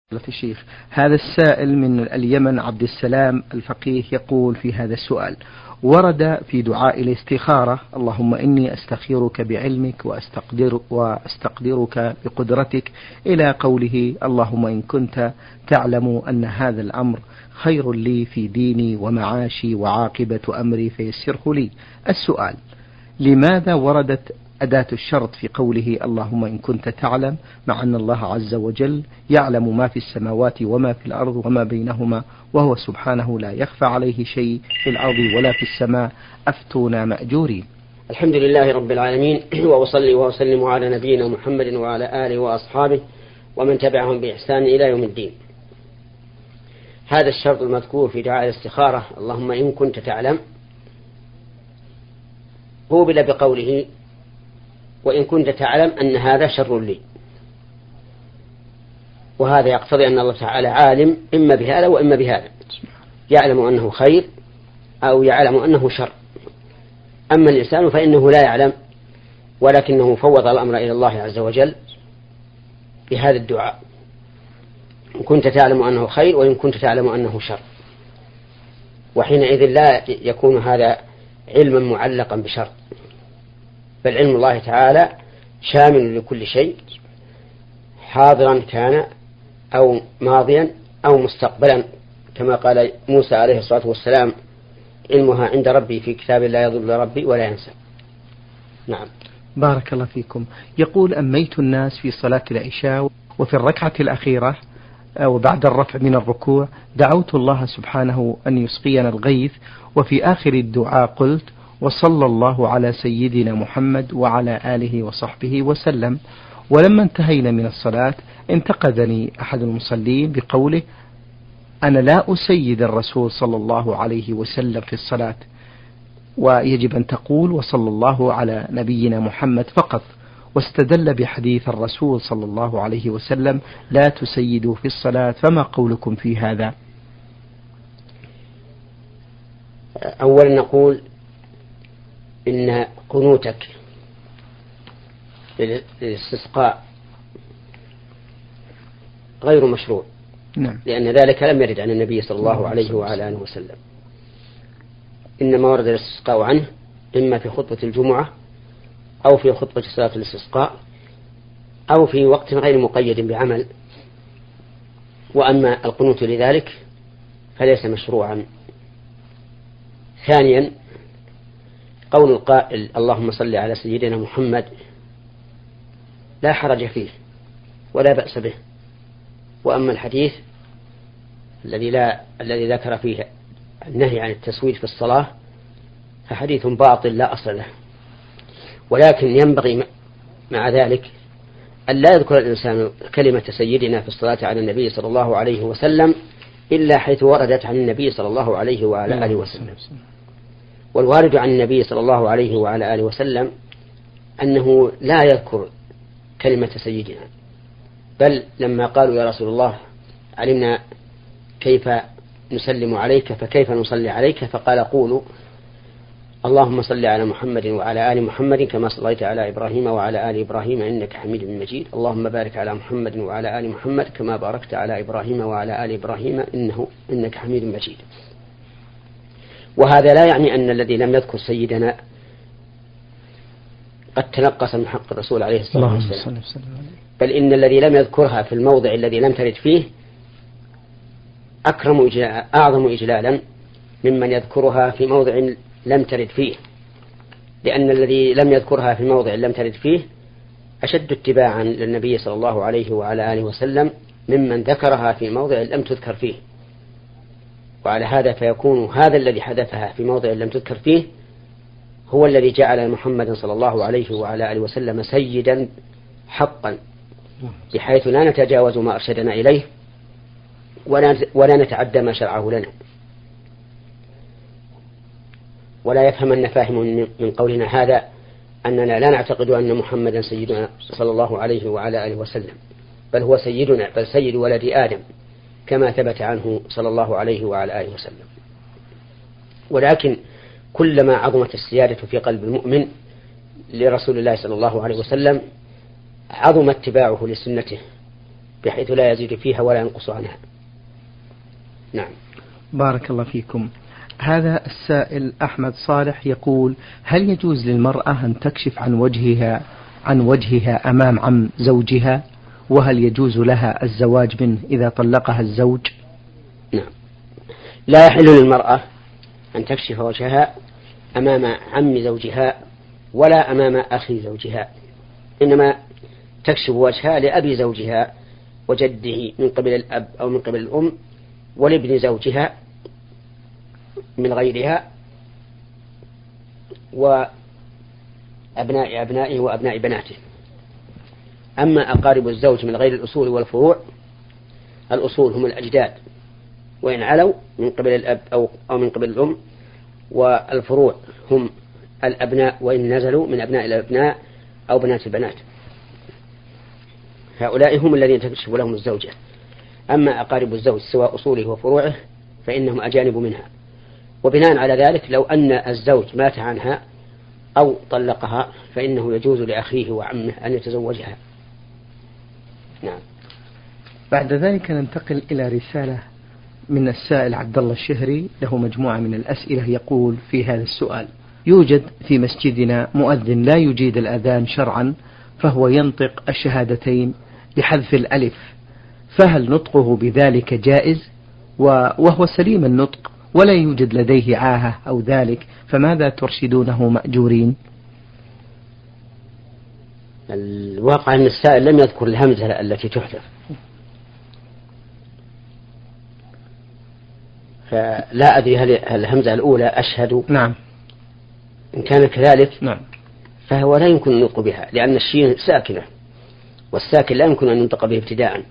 الشيخ، هذا السائل من اليمن عبد السلام الفقيه يقول في هذا السؤال: ورد في دعاء الاستخارة: اللهم إني أستخيرك بعلمك وأستقدرك بقدرتك، إلى قوله: اللهم إن كنت تعلم أن هذا الأمر خير لي في ديني ومعاشي وعاقبة أمري فيسره لي. السؤال: لماذا وردت أداة الشرط في قوله اللهم إن كنت تعلم، مع أن الله عز وجل يعلم ما في السماوات وما في الأرض وما بينهما، وهو سبحانه لا يخفى عليه شيء في الأرض ولا في السماء؟ أفتونا مأجورين. الحمد لله رب العالمين، وأصلي وأسلم على نبينا محمد وعلى آله وأصحابه ومن تبعهم بإحسان إلى يوم الدين. هذا الشرط المذكور في دعاء الاستخارة اللهم إن كنت تعلم قوبل بقوله وإن كنت تعلم أن هذا شر لي، وهذا يقتضي أن الله تعالى عالم إما بهذا وإما بهذا، يعلم أنه خير أو يعلم أنه شر. أما الإنسان فإنه لا يعلم، ولكنه فوض الأمر إلى الله عز وجل بهذا الدعاء: إن كنت تعلم أنه خير وإن كنت تعلم أنه شر. وحينئذ لا يكون هذا علما معلقا بشر، بل علم الله تعالى شامل لكل شيء، حاضرا كان أو ماضيا أو مستقبلا، كما قال موسى عليه الصلاة والسلام: علمها عند ربي في كتاب لا يضل ربي ولا ينسى. نعم. بارك الله فيكم. يقول: أميت الناس في صلاة العشاء، وفي الركعة الأخيرة وبعد الرفع من الركوع دعوت الله سبحانه أن يسقينا الغيث، وفي آخر الدعاء قلت: وصلى الله على سيدنا محمد وعلى آله وصحبه وسلم. ولما انتهينا من الصلاة انتقدني أحد المصلين بقوله: أنا لا أسيد الرسول صلى الله عليه وسلم في الصلاة، ويجب أن تقول وصلى الله على نبينا محمد فقط، واستدل بحديث الرسول صلى الله عليه وسلم: لا تسيدوا في الصلاة. فما قولكم في هذا؟ أولا نقول إن قنوتك للاستسقاء غير مشروع. نعم. لأن ذلك لم يرد عن النبي صلى الله عليه وعلى آله وسلم، إنما ورد الاستسقاء عنه إما في خطبة الجمعة أو في خطبة صلاة الاستسقاء أو في وقت غير مقيد بعمل. وأما القنوت لذلك فليس مشروعا. ثانيا، قول القائل اللهم صل على سيدنا محمد لا حرج فيه ولا بأس به. وأما الحديث الذي ذكر فيه النهي عن التسويد في الصلاة فحديث باطل لا أصل له. ولكن ينبغي مع ذلك أن لا يذكر الإنسان كلمة سيدنا في الصلاة على النبي صلى الله عليه وسلم إلا حيث وردت عن النبي صلى الله عليه وعلى آله وسلم. والوارد عن النبي صلى الله عليه وعلى آله وسلم أنه لا يذكر كلمة سيدنا، بل لما قالوا يا رسول الله علمنا كيف نسلم عليك فكيف نصلي عليك، فقال قولوا اللهم صل على محمد وعلى آل محمد كما صليت على إبراهيم وعلى آل إبراهيم إنك حميد مجيد، اللهم بارك على محمد وعلى آل محمد كما باركت على إبراهيم وعلى آل إبراهيم إنك حميد مجيد. وهذا لا يعني أن الذي لم يذكر سيدنا قد تنقص من حق الرسول عليه الصلاة والسلام، بل إن الذي لم يذكرها في الموضع الذي لم ترد فيه أعظم إجلالا ممن يذكرها في موضع لم ترد فيه، لأن الذي لم يذكرها في موضع لم ترد فيه أشد اتباعا للنبي صلى الله عليه وعلى آله وسلم ممن ذكرها في موضع لم تذكر فيه. وعلى هذا فيكون هذا الذي حدثها في موضع لم تذكر فيه هو الذي جعل محمد صلى الله عليه وعلى آله وسلم سيدا حقا، بحيث لا نتجاوز ما أرشدنا إليه ولا نتعدى ما شرعه لنا. ولا يفهمن فاهم من قولنا هذا أننا لا نعتقد أن محمدا سيدنا صلى الله عليه وعلى آله وسلم، بل هو سيدنا، بل سيد ولد آدم كما ثبت عنه صلى الله عليه وعلى آله وسلم. ولكن كلما عظمت السيادة في قلب المؤمن لرسول الله صلى الله عليه وسلم عظم اتباعه لسنته بحيث لا يزيد فيها ولا ينقص عنها. نعم. بارك الله فيكم. هذا السائل أحمد صالح يقول: هل يجوز للمرأة أن تكشف عن وجهها أمام عم زوجها؟ وهل يجوز لها الزواج منه إذا طلقها الزوج؟ نعم. لا يحل للمرأة أن تكشف وجهها أمام عم زوجها ولا أمام أخي زوجها، إنما تكشف وجهها لأبي زوجها وجده من قبل الأب أو من قبل الأم، ولابن زوجها من غيرها، وأبناء أبنائه وأبناء بناته. أما أقارب الزوج من غير الأصول والفروع، الأصول هم الأجداد وإن علوا من قبل الأب أو من قبل الأم، والفروع هم الأبناء وإن نزلوا من أبناء الأبناء أو بنات البنات. هؤلاء هم الذين تكشف لهم الزوجة. أما أقارب الزوج سواء أصوله وفروعه فإنهم أجانب منها، وبناء على ذلك لو أن الزوج مات عنها أو طلقها فإنه يجوز لأخيه وعمه أن يتزوجها. نعم. بعد ذلك ننتقل إلى رسالة من السائل عبد الله الشهري، له مجموعة من الأسئلة. يقول في هذا السؤال: يوجد في مسجدنا مؤذن لا يجيد الأذان شرعا، فهو ينطق الشهادتين بحذف الألف، فهل نطقه بذلك جائز؟ وهو سليم النطق ولا يوجد لديه عاهة أو ذلك، فماذا ترشدونه مأجورين؟ الواقع أن السائل لم يذكر الهمزة التي تحذف، فلا أدري هل الهمزة الأولى أشهد. نعم. إن كان كذلك نعم فهو لا يمكن النطق بها، لأن الشين ساكنة، والساكن لا يمكن أن ينطق به ابتداء.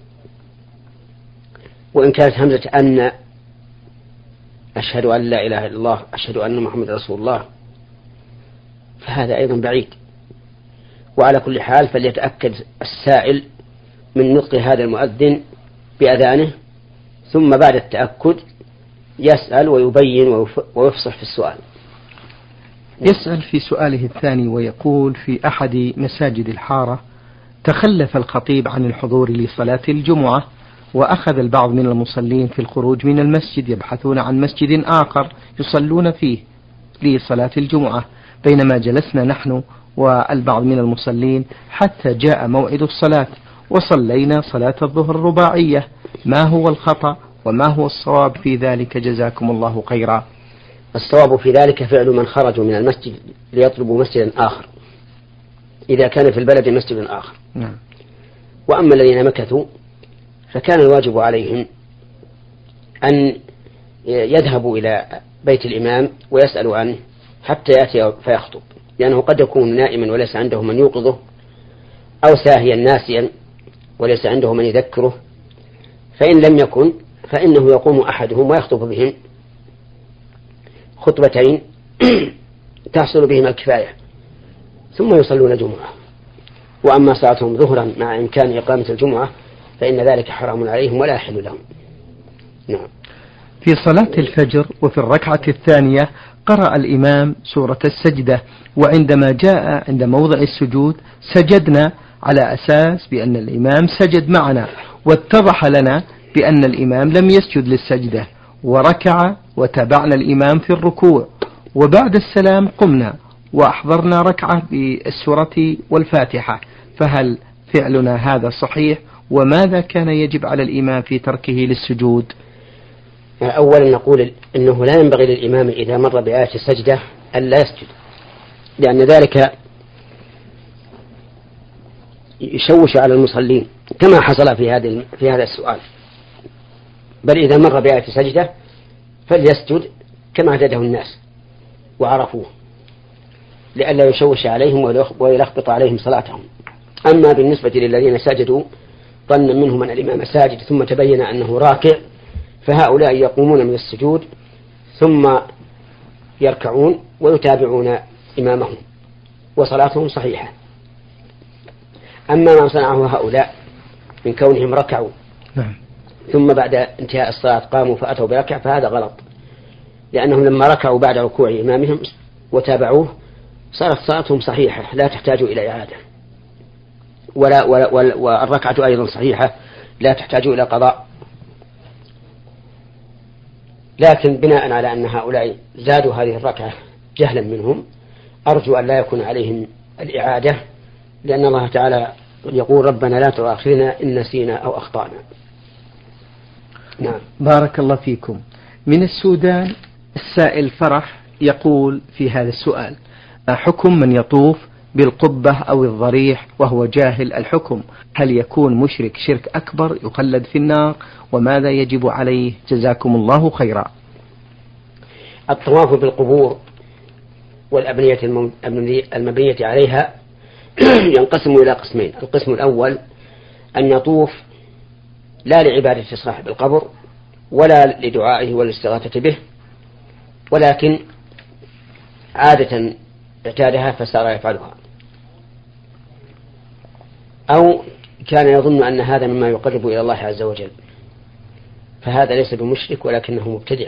وإن كانت همزة أن أشهد أن لا إله إلا الله أشهد أن محمد رسول الله فهذا أيضا بعيد. وعلى كل حال فليتأكد السائل من نطق هذا المؤذن بأذانه، ثم بعد التأكد يسأل ويبين ويفصح في السؤال. يسأل في سؤاله الثاني ويقول: في أحد مساجد الحارة تخلف الخطيب عن الحضور لصلاة الجمعة، وأخذ البعض من المصلين في الخروج من المسجد يبحثون عن مسجد آخر يصلون فيه لصلاة الجمعة، بينما جلسنا نحن والبعض من المصلين حتى جاء موعد الصلاة وصلينا صلاة الظهر الرباعية. ما هو الخطأ وما هو الصواب في ذلك؟ جزاكم الله خيرا. الصواب في ذلك فعل من خرجوا من المسجد ليطلبوا مسجدا آخر، إذا كان في البلد مسجد آخر. نعم. وأما الذين مكثوا فكان الواجب عليهم أن يذهبوا إلى بيت الإمام ويسألوا عنه حتى يأتي فيخطب، لأنه قد يكون نائما وليس عنده من يوقظه، أو ساهيا ناسيا وليس عنده من يذكره، فإن لم يكن فإنه يقوم أحدهم ويخطب بهم خطبتين تحصل بهما الكفاية، ثم يصلون الجمعة. وأما صلاتهم ظهرا مع إمكان إقامة الجمعة فإن ذلك حرام عليهم ولا يحل لهم. نعم. في صلاة الفجر وفي الركعة الثانية قرأ الإمام سورة السجدة، وعندما جاء عند موضع السجود سجدنا على أساس بأن الإمام سجد معنا، واتضح لنا بأن الإمام لم يسجد للسجدة، وركع وتابعنا الإمام في الركوع، وبعد السلام قمنا وأحضرنا ركعة بالسورة والفاتحة، فهل فعلنا هذا صحيح؟ وماذا كان يجب على الإمام في تركه للسجود؟ أولا نقول إنه لا ينبغي للإمام إذا مر بآية السجدة أن لا يسجد، لأن ذلك يشوش على المصلين كما حصل في هذا السؤال. بل إذا مر بآية السجدة فليسجد كما اعتاده الناس وعرفوه، لئلا يشوش عليهم ويلخبط عليهم صلاتهم. أما بالنسبة للذين سجدوا ظنا منهم أن الإمام ساجد ثم تبين أنه راكع، فهؤلاء يقومون من السجود ثم يركعون ويتابعون إمامهم وصلاتهم صحيحة. أما ما صنعه هؤلاء من كونهم ركعوا ثم بعد انتهاء الصلاة قاموا فأتوا بركع فهذا غلط، لأنهم لما ركعوا بعد ركوع إمامهم وتابعوه صارت صلاتهم صحيحة لا تحتاج إلى إعادة، والركعة أيضا صحيحة لا تحتاج إلى قضاء. لكن بناء على أن هؤلاء زادوا هذه الركعة جهلا منهم أرجو أن لا يكون عليهم الإعادة، لأن الله تعالى يقول ربنا لا تؤاخذنا إن نسينا أو أخطأنا. نعم. بارك الله فيكم. من السودان السائل فرح يقول في هذا السؤال: ما حكم من يطوف بالقبة أو الضريح وهو جاهل الحكم؟ هل يكون مشرك شرك أكبر يخلد في النار؟ وماذا يجب عليه؟ جزاكم الله خيرا. الطواف بالقبور والأبنية المبنية عليها ينقسم إلى قسمين. القسم الأول أن يطوف لا لعبادة صاحب القبر ولا لدعائه والاستغاثة به، ولكن عادة اعتادها فصار يفعلها، أو كان يظن أن هذا مما يقرب إلى الله عز وجل، فهذا ليس بمشرك ولكنه مبتدع،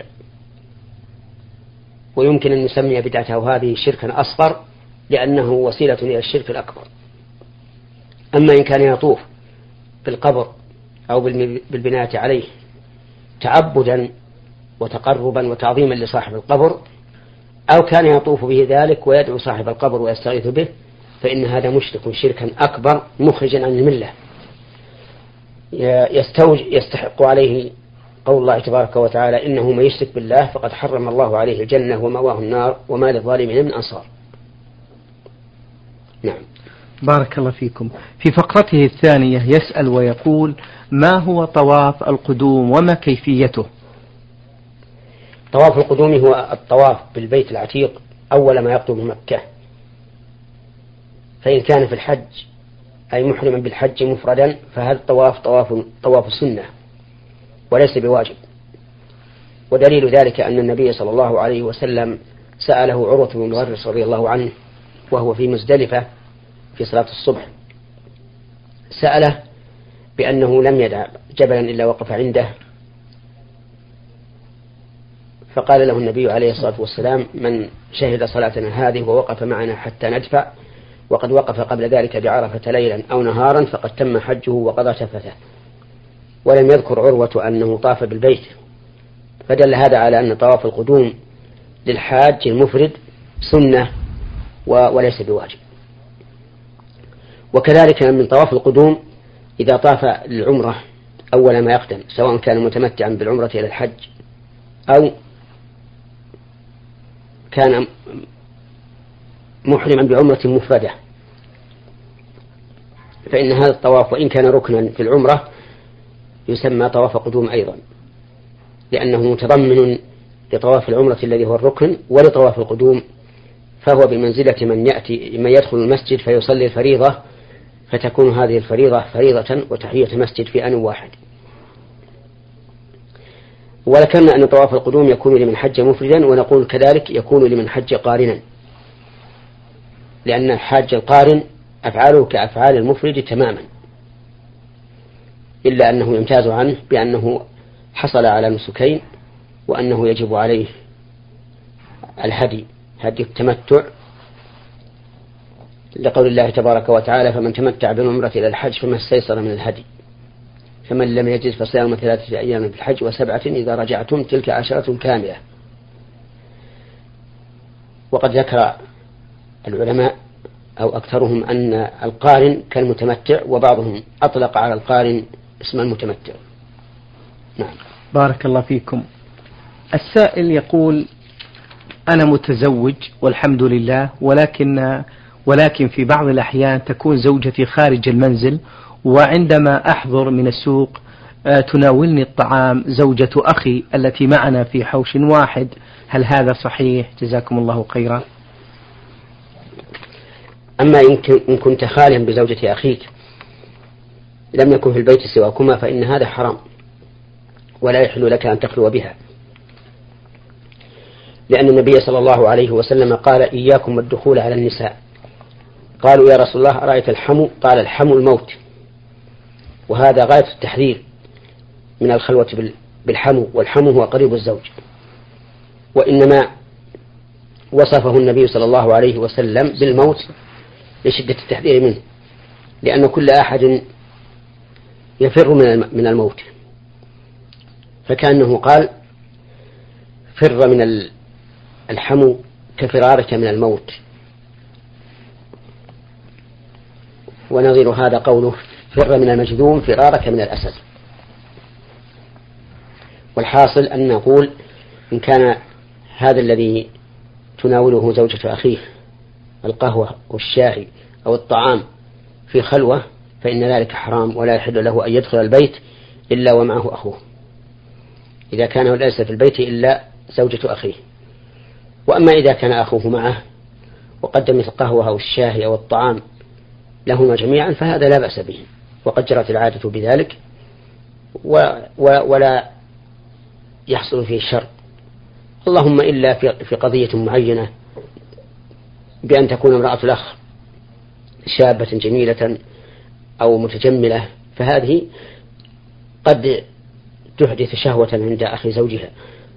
ويمكن أن نسمي بدعته هذه شركا أصغر لأنه وسيلة إلى الشرك الأكبر. أما إن كان يطوف بالقبر أو بالبناء عليه تعبدا وتقربا وتعظيما لصاحب القبر، أو كان يطوف به ذلك ويدعو صاحب القبر ويستغيث به، فإن هذا مشرك شركا أكبر مخرجا عن الملة يستحق عليه قول الله تبارك وتعالى: إنه من يشرك بالله فقد حرم الله عليه الجنة ومأواه النار وما للظالمين من أنصار. نعم. بارك الله فيكم. في فقرته الثانية يسأل ويقول: ما هو طواف القدوم وما كيفيته؟ طواف القدوم هو الطواف بالبيت العتيق أول ما يقدم مكة، فإن كان في الحج أي محرما بالحج مفردا فهذا الطواف طواف السنة وليس بواجب. ودليل ذلك أن النبي صلى الله عليه وسلم سأله عروة بن المغرس رضي الله عنه وهو في مزدلفة في صلاة الصبح، سأله بأنه لم يدع جبلا إلا وقف عنده، فقال له النبي عليه الصلاة والسلام: من شهد صلاتنا هذه ووقف معنا حتى ندفع وقد وقف قبل ذلك بعرفة ليلا أو نهارا فقد تم حجه وقضى تفته. ولم يذكر عروة أنه طاف بالبيت، فدل هذا على أن طواف القدوم للحاج المفرد سنة وليس بواجب. وكذلك من طواف القدوم إذا طاف للعمرة أول ما يقدم، سواء كان متمتعا بالعمرة إلى الحج أو كان محرما بعمرة مفردة، فإن هذا الطواف وإن كان ركنا في العمرة يسمى طواف قدوم أيضا، لأنه متضمن لطواف العمرة الذي هو الركن ولطواف القدوم، فهو بمنزلة من يدخل المسجد فيصلي الفريضة فتكون هذه الفريضة فريضة وتحية مسجد في آن واحد. ولكن أن طواف القدوم يكون لمن حج مفردا، ونقول كذلك يكون لمن حج قارنا، لأن الحاج القارن أفعاله كأفعال المفرد تماما، إلا أنه يمتاز عنه بأنه حصل على نسكين، وأنه يجب عليه الهدي التمتع، لقول الله تبارك وتعالى: فمن تمتع بالعمرة إلى الحج فما استيسر من الهدي، فمن لم يجد فصيام 3 أيام في الحج و7 إذا رجعتم تلك 10 كاملة. وقد ذكر العلماء أو أكثرهم أن القارن كالمتمتع، وبعضهم أطلق على القارن اسم المتمتع. نعم. بارك الله فيكم. السائل يقول: أنا متزوج والحمد لله، ولكن في بعض الأحيان تكون زوجتي خارج المنزل، وعندما أحضر من السوق تناولني الطعام زوجة أخي التي معنا في حوش واحد، هل هذا صحيح؟ جزاكم الله خيرا. أما إن كنت خاليا بزوجة أخيك لم يكن في البيت سواكما فإن هذا حرام، ولا يحل لك أن تخلو بها، لأن النبي صلى الله عليه وسلم قال: إياكم والدخول على النساء. قالوا: يا رسول الله أرأيت الحمو؟ قال: الحمو الموت. وهذا غاية التحذير من الخلوة بالحمو، والحمو هو قريب الزوج، وإنما وصفه النبي صلى الله عليه وسلم بالموت لشدة التحذير منه، لأن كل أحد يفر من الموت، فكأنه قال فر من الحمو كفرارك من الموت. ونظير هذا قوله فر من المجذوم فرارك من الأسد. والحاصل أن نقول إن كان هذا الذي تناوله زوجة أخيه القهوة والشاي أو الطعام في خلوة فإن ذلك حرام، ولا يحل له أن يدخل البيت إلا ومعه أخوه، إذا كان ليس في البيت إلا زوجة أخيه. وأما إذا كان أخوه معه وقدم القهوة أو الشاي أو الطعام لهما جميعا فهذا لا بأس به، وقد جرت العادة بذلك ولا يحصل فيه شر، اللهم إلا في قضية معينة بأن تكون امرأة الأخ شابة جميلة أو متجملة، فهذه قد تحدث شهوة عند أخي زوجها،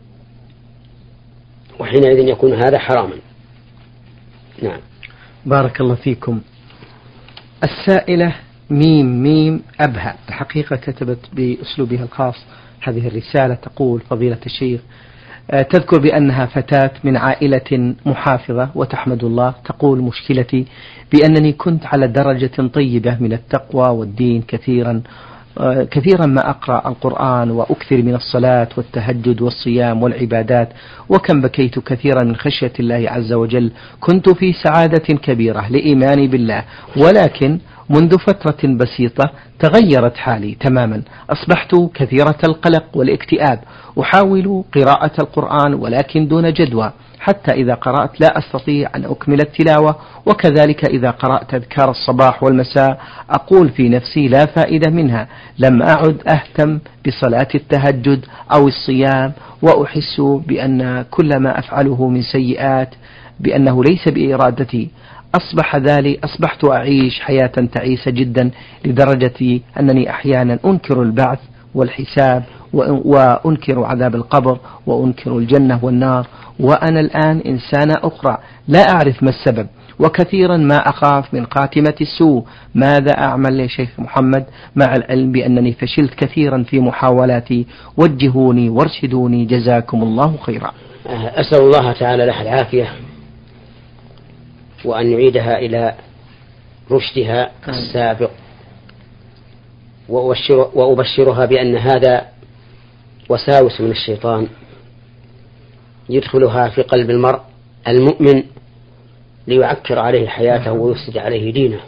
وحينئذ يكون هذا حراما. نعم. بارك الله فيكم. السائلة ميم أبها الحقيقة كتبت بأسلوبها الخاص هذه الرسالة، تقول فضيلة الشيخ تذكر بأنها فتاة من عائلة محافظة وتحمد الله، تقول مشكلتي بأنني كنت على درجة طيبة من التقوى والدين كثيرا ما أقرأ القرآن وأكثر من الصلاة والتهجد والصيام والعبادات، وكم بكيت كثيرا من خشية الله عز وجل، كنت في سعادة كبيرة لإيماني بالله، ولكن منذ فترة بسيطة تغيرت حالي تماما، أصبحت كثيرة القلق والاكتئاب، أحاول قراءة القرآن ولكن دون جدوى، حتى إذا قرأت لا أستطيع أن أكمل التلاوة، وكذلك إذا قرأت أذكار الصباح والمساء أقول في نفسي لا فائدة منها، لم أعد أهتم بصلاة التهجد أو الصيام، وأحس بأن كل ما أفعله من سيئات بأنه ليس بإرادتي. أصبحت أعيش حياة تعيسة جدا لدرجة أنني أحيانا أنكر البعث والحساب وأنكر عذاب القبر وأنكر الجنة والنار، وأنا الآن إنسانة أخرى لا أعرف ما السبب، وكثيرا ما أخاف من خاتمة السوء. ماذا أعمل يا شيخ محمد مع العلم بأنني فشلت كثيرا في محاولاتي؟ وجهوني وارشدوني جزاكم الله خيرا. أسأل الله تعالى لها العافية وأن يعيدها إلى رشدها السابق، وأبشرها بأن هذا وساوس من الشيطان يدخلها في قلب المرء المؤمن ليعكر عليه حياته ويفسد عليه دينه.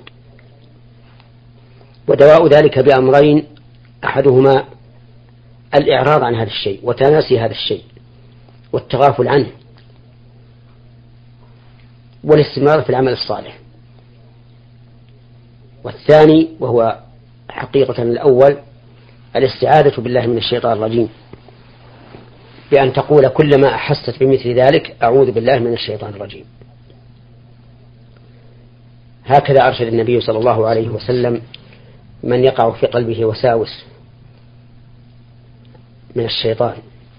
ودواء ذلك بأمرين، أحدهما الإعراض عن هذا الشيء وتناسي هذا الشيء والتغافل عنه، والاستمرار في العمل الصالح. والثاني وهو حقيقة الأول الاستعاذة بالله من الشيطان الرجيم، بأن تقول كلما أحست بمثل ذلك أعوذ بالله من الشيطان الرجيم. هكذا أرشد النبي صلى الله عليه وسلم من يقع في قلبه وساوس من الشيطان.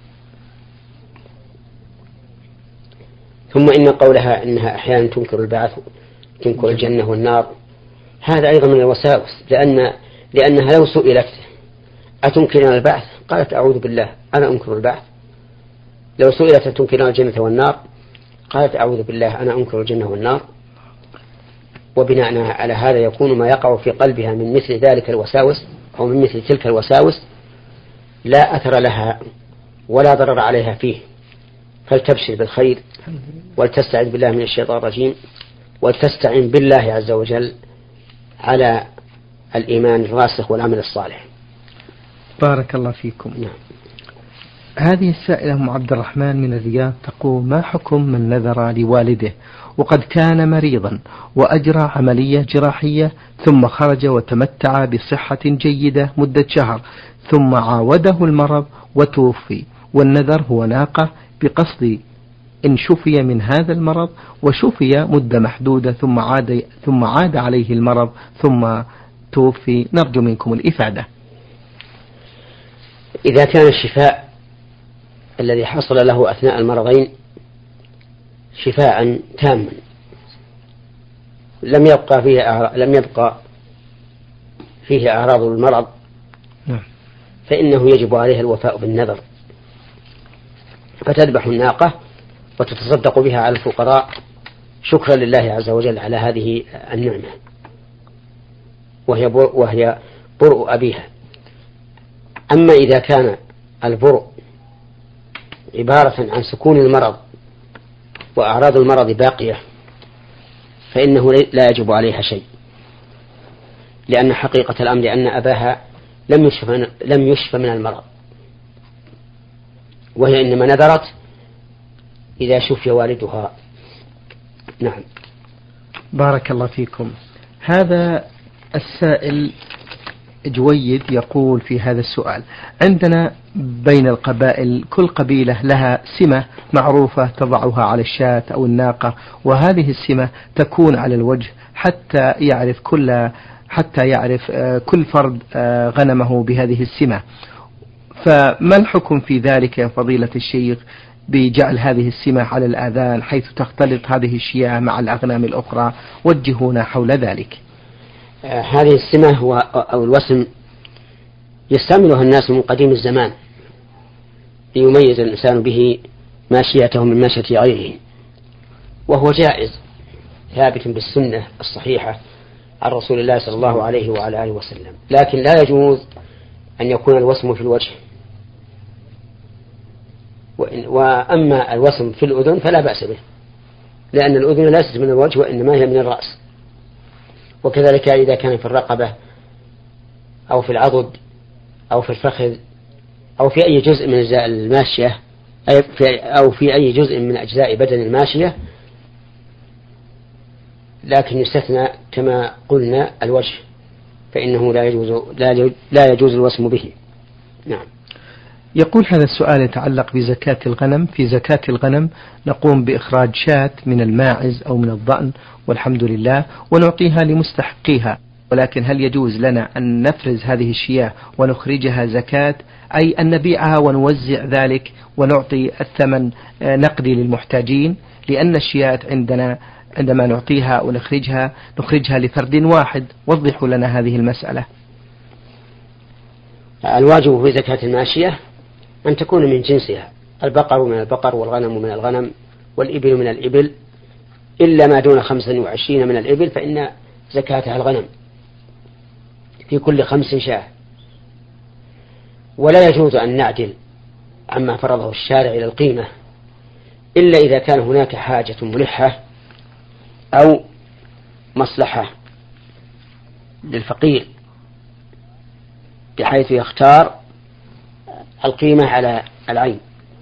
ثم إن قولها إنها أحيانا تنكر البعث تنكر الجنة والنار، هذا أيضا من الوساوس، لأنها لو سئلت أتنكرون البعث قالت أعوذ بالله أنا أنكر البعث، لو سئلت أتنكرون الجنة والنار قالت أعوذ بالله أنا أنكر الجنة والنار. وبناء على هذا يكون ما يقع في قلبها من مثل ذلك الوساوس أو من مثل تلك الوساوس لا أثر لها ولا ضرر عليها فيه، فلتبشر بالخير ولتستعذ بالله من الشيطان الرجيم ولتستعين بالله عز وجل على الإيمان الراسخ والعمل الصالح. بارك الله فيكم. نعم. هذه السائلة أم عبد الرحمن من الرياض تقول ما حكم من نذر لوالده وقد كان مريضا وأجرى عملية جراحية ثم خرج وتمتع بصحة جيدة مدة شهر ثم عاوده المرض وتوفي، والنذر هو ناقة بقصد إن شفي من هذا المرض وشفي مدة محدودة ثم عاد عليه المرض ثم توفي، نرجو منكم الإفادة. إذا كان الشفاء الذي حصل له أثناء المرضين شفاء تاما لم يبقى فيه أعراض المرض فإنه يجب عليها الوفاء بالنذر، فتذبح الناقة وتتصدق بها على الفقراء شكرا لله عز وجل على هذه النعمة، وهي برء أبيها. أما إذا كان البرء عبارة عن سكون المرض وأعراض المرض باقية فإنه لا يجب عليها شيء، لأن حقيقة الأمر أن أباها لم يشف من المرض، وهي إنما نذرت إذا شفي والدها. نعم. بارك الله فيكم. هذا السائل جويد يقول في هذا السؤال: عندنا بين القبائل كل قبيلة لها سمة معروفة تضعها على الشاة أو الناقة، وهذه السمة تكون على الوجه حتى يعرف كل فرد غنمه بهذه السمة. فما الحكم في ذلك يا فضيلة الشيخ بجعل هذه السمة على الآذان حيث تختلط هذه الشياه مع الأغنام الأخرى؟ وجهونا حول ذلك. هذه السمة أو الوسم يستعملها الناس من قديم الزمان ليميز الإنسان به ماشيته من ماشية غيره، وهو جائز ثابت بالسنة الصحيحة عن رسول الله صلى الله عليه وعلى آله وسلم، لكن لا يجوز أن يكون الوسم في الوجه، وأما الوسم في الأذن فلا بأس به، لأن الأذن ليست من الوجه وإنما هي من الرأس. وكذلك إذا كان في الرقبة أو في العضد أو في الفخذ أو في أي جزء من أجزاء الماشية أو في أي جزء من أجزاء بدن الماشية، لكن يستثنى كما قلنا الوجه، فإنه لا يجوز الوسم به. نعم. يقول هذا السؤال يتعلق بزكاة الغنم. في زكاة الغنم نقوم بإخراج شاة من الماعز أو من الضأن والحمد لله ونعطيها لمستحقيها، ولكن هل يجوز لنا أن نفرز هذه الشياه ونخرجها زكاة، أي أن نبيعها ونوزع ذلك ونعطي الثمن نقدي للمحتاجين؟ لأن الشياه عندما نعطيها ونخرجها لفرد واحد. وضحوا لنا هذه المسألة. الواجب في زكاة الماشية أن تكون من جنسها، البقر من البقر والغنم من الغنم والإبل من الإبل، إلا ما دون 25 من الإبل فإن زكاتها الغنم في كل 5 شاة. ولا يجوز أن نعدل عما فرضه الشارع إلى القيمة إلا إذا كان هناك حاجة ملحة أو مصلحة للفقير بحيث يختار القيمة على العين،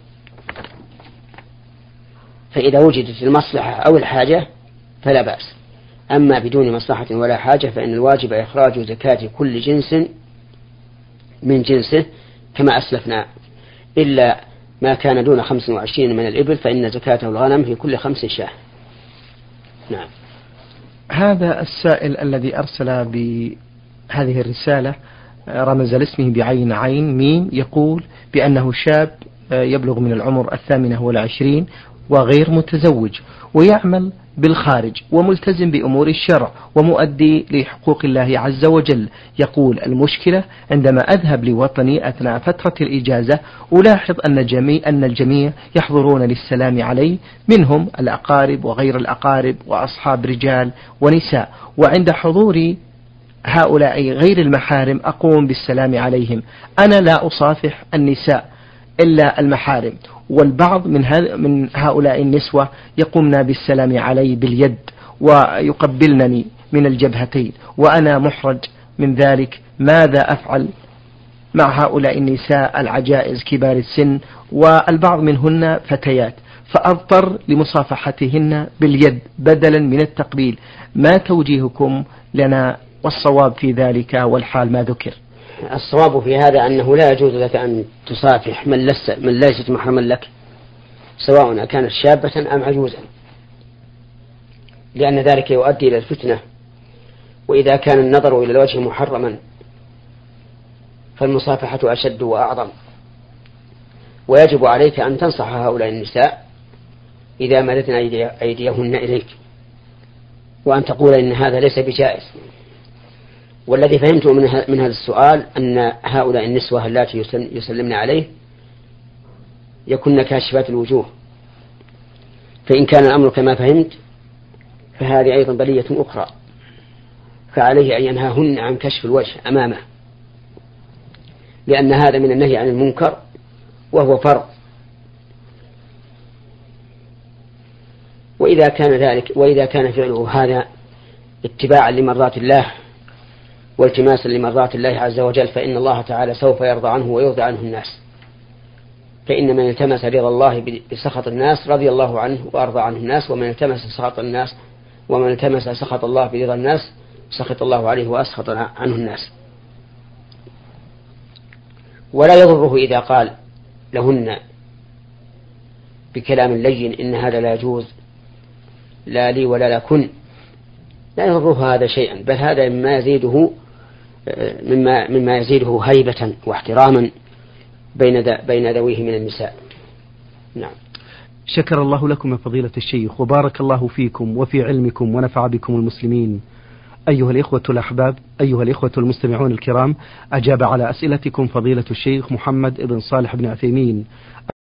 فإذا وجدت المصلحة أو الحاجة فلا بأس. أما بدون مصلحة ولا حاجة فإن الواجب إخراج زكاة كل جنس من جنسه كما أسلفنا، إلا ما كان دون 25 من الإبل فإن زكاته الغنم في كل 5 شاة. نعم. هذا السائل الذي أرسل بهذه الرسالة رمز لاسمه بعين عين ميم، يقول بأنه شاب يبلغ من العمر 28 وغير متزوج ويعمل بالخارج وملتزم بأمور الشرع ومؤدي لحقوق الله عز وجل. يقول: المشكلة عندما أذهب لوطني أثناء فترة الإجازة ألاحظ أن الجميع يحضرون للسلام عليه، منهم الأقارب وغير الأقارب وأصحاب رجال ونساء، وعند حضوري هؤلاء غير المحارم أقوم بالسلام عليهم. أنا لا أصافح النساء إلا المحارم، والبعض من هؤلاء النسوة يقومن بالسلام علي باليد ويقبلنني من الجبهتين، وأنا محرج من ذلك. ماذا أفعل مع هؤلاء النساء العجائز كبار السن والبعض منهن فتيات، فأضطر لمصافحتهن باليد بدلا من التقبيل؟ ما توجيهكم لنا والصواب في ذلك والحال ما ذكر؟ الصواب في هذا أنه لا يجوز لك أن تصافح من ليست محرما لك، سواء كانت شابة أم عجوزا، لأن ذلك يؤدي إلى الفتنة. وإذا كان النظر إلى الوجه محرما فالمصافحة أشد وأعظم، ويجب عليك أن تنصح هؤلاء النساء إذا مددن أيديهن إليك، وأن تقول إن هذا ليس بجائز، والذي فهمته من هذا السؤال أن هؤلاء النسوة اللاتي يسلمن عليه يكن كاشفات الوجوه، فإن كان الأمر كما فهمت فهذه أيضا بلية أخرى، فعليه أن ينهاهن عن كشف الوجه أمامه، لأن هذا من النهي عن المنكر وهو فرض. وإذا كان فعله هذا اتباعا لمرضات الله والتماسا لمرضات الله عز وجل، فإن الله تعالى سوف يرضى عنه ويرضى عنه الناس، فإن من التمس رضا الله بسخط الناس رضي الله عنه وأرضى عنه الناس، ومن التمس سخط الله برضا الناس سخط الله عليه وأسخط عنه الناس. ولا يضره إذا قال لهن بكلام لين إن هذا لا يجوز، لا لي ولا لكن، لا يضره هذا شيئا، بل هذا مما يزيده هيبة واحتراما بين ذويه من النساء. نعم. شكر الله لكم يا فضيلة الشيخ، وبارك الله فيكم وفي علمكم ونفع بكم المسلمين. أيها الإخوة الأحباب، أيها الإخوة المستمعون الكرام، أجاب على أسئلتكم فضيلة الشيخ محمد بن صالح بن عثيمين